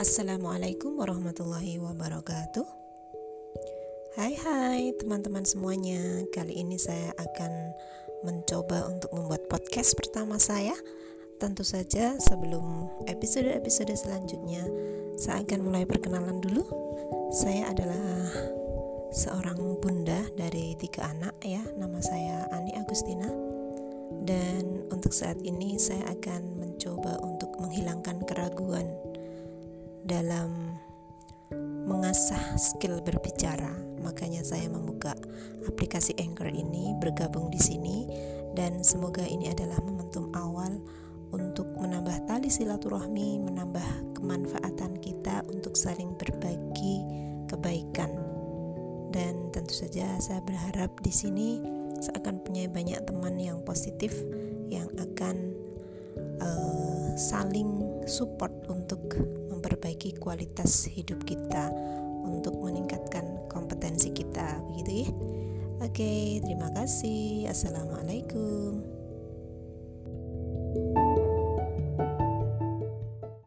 Assalamualaikum warahmatullahi wabarakatuh. Hai teman-teman semuanya. Kali ini saya akan mencoba untuk membuat podcast pertama saya. Tentu saja sebelum episode-episode selanjutnya, saya akan mulai perkenalan dulu. Saya adalah seorang bunda dari 3 anak ya. Nama saya Ani Agustina. Dan untuk saat ini saya akan mencoba untuk menghilangkan keraguan dalam mengasah skill berbicara. Makanya saya membuka aplikasi Anchor ini, bergabung di sini, dan semoga ini adalah momentum awal untuk menambah tali silaturahmi, menambah kemanfaatan kita untuk saling berbagi kebaikan. Dan tentu saja saya berharap di sini saya akan punya banyak teman yang positif yang akan saling support untuk memperbaiki kualitas hidup kita, untuk meningkatkan kompetensi kita, begitu ya. Oke, terima kasih. Assalamualaikum.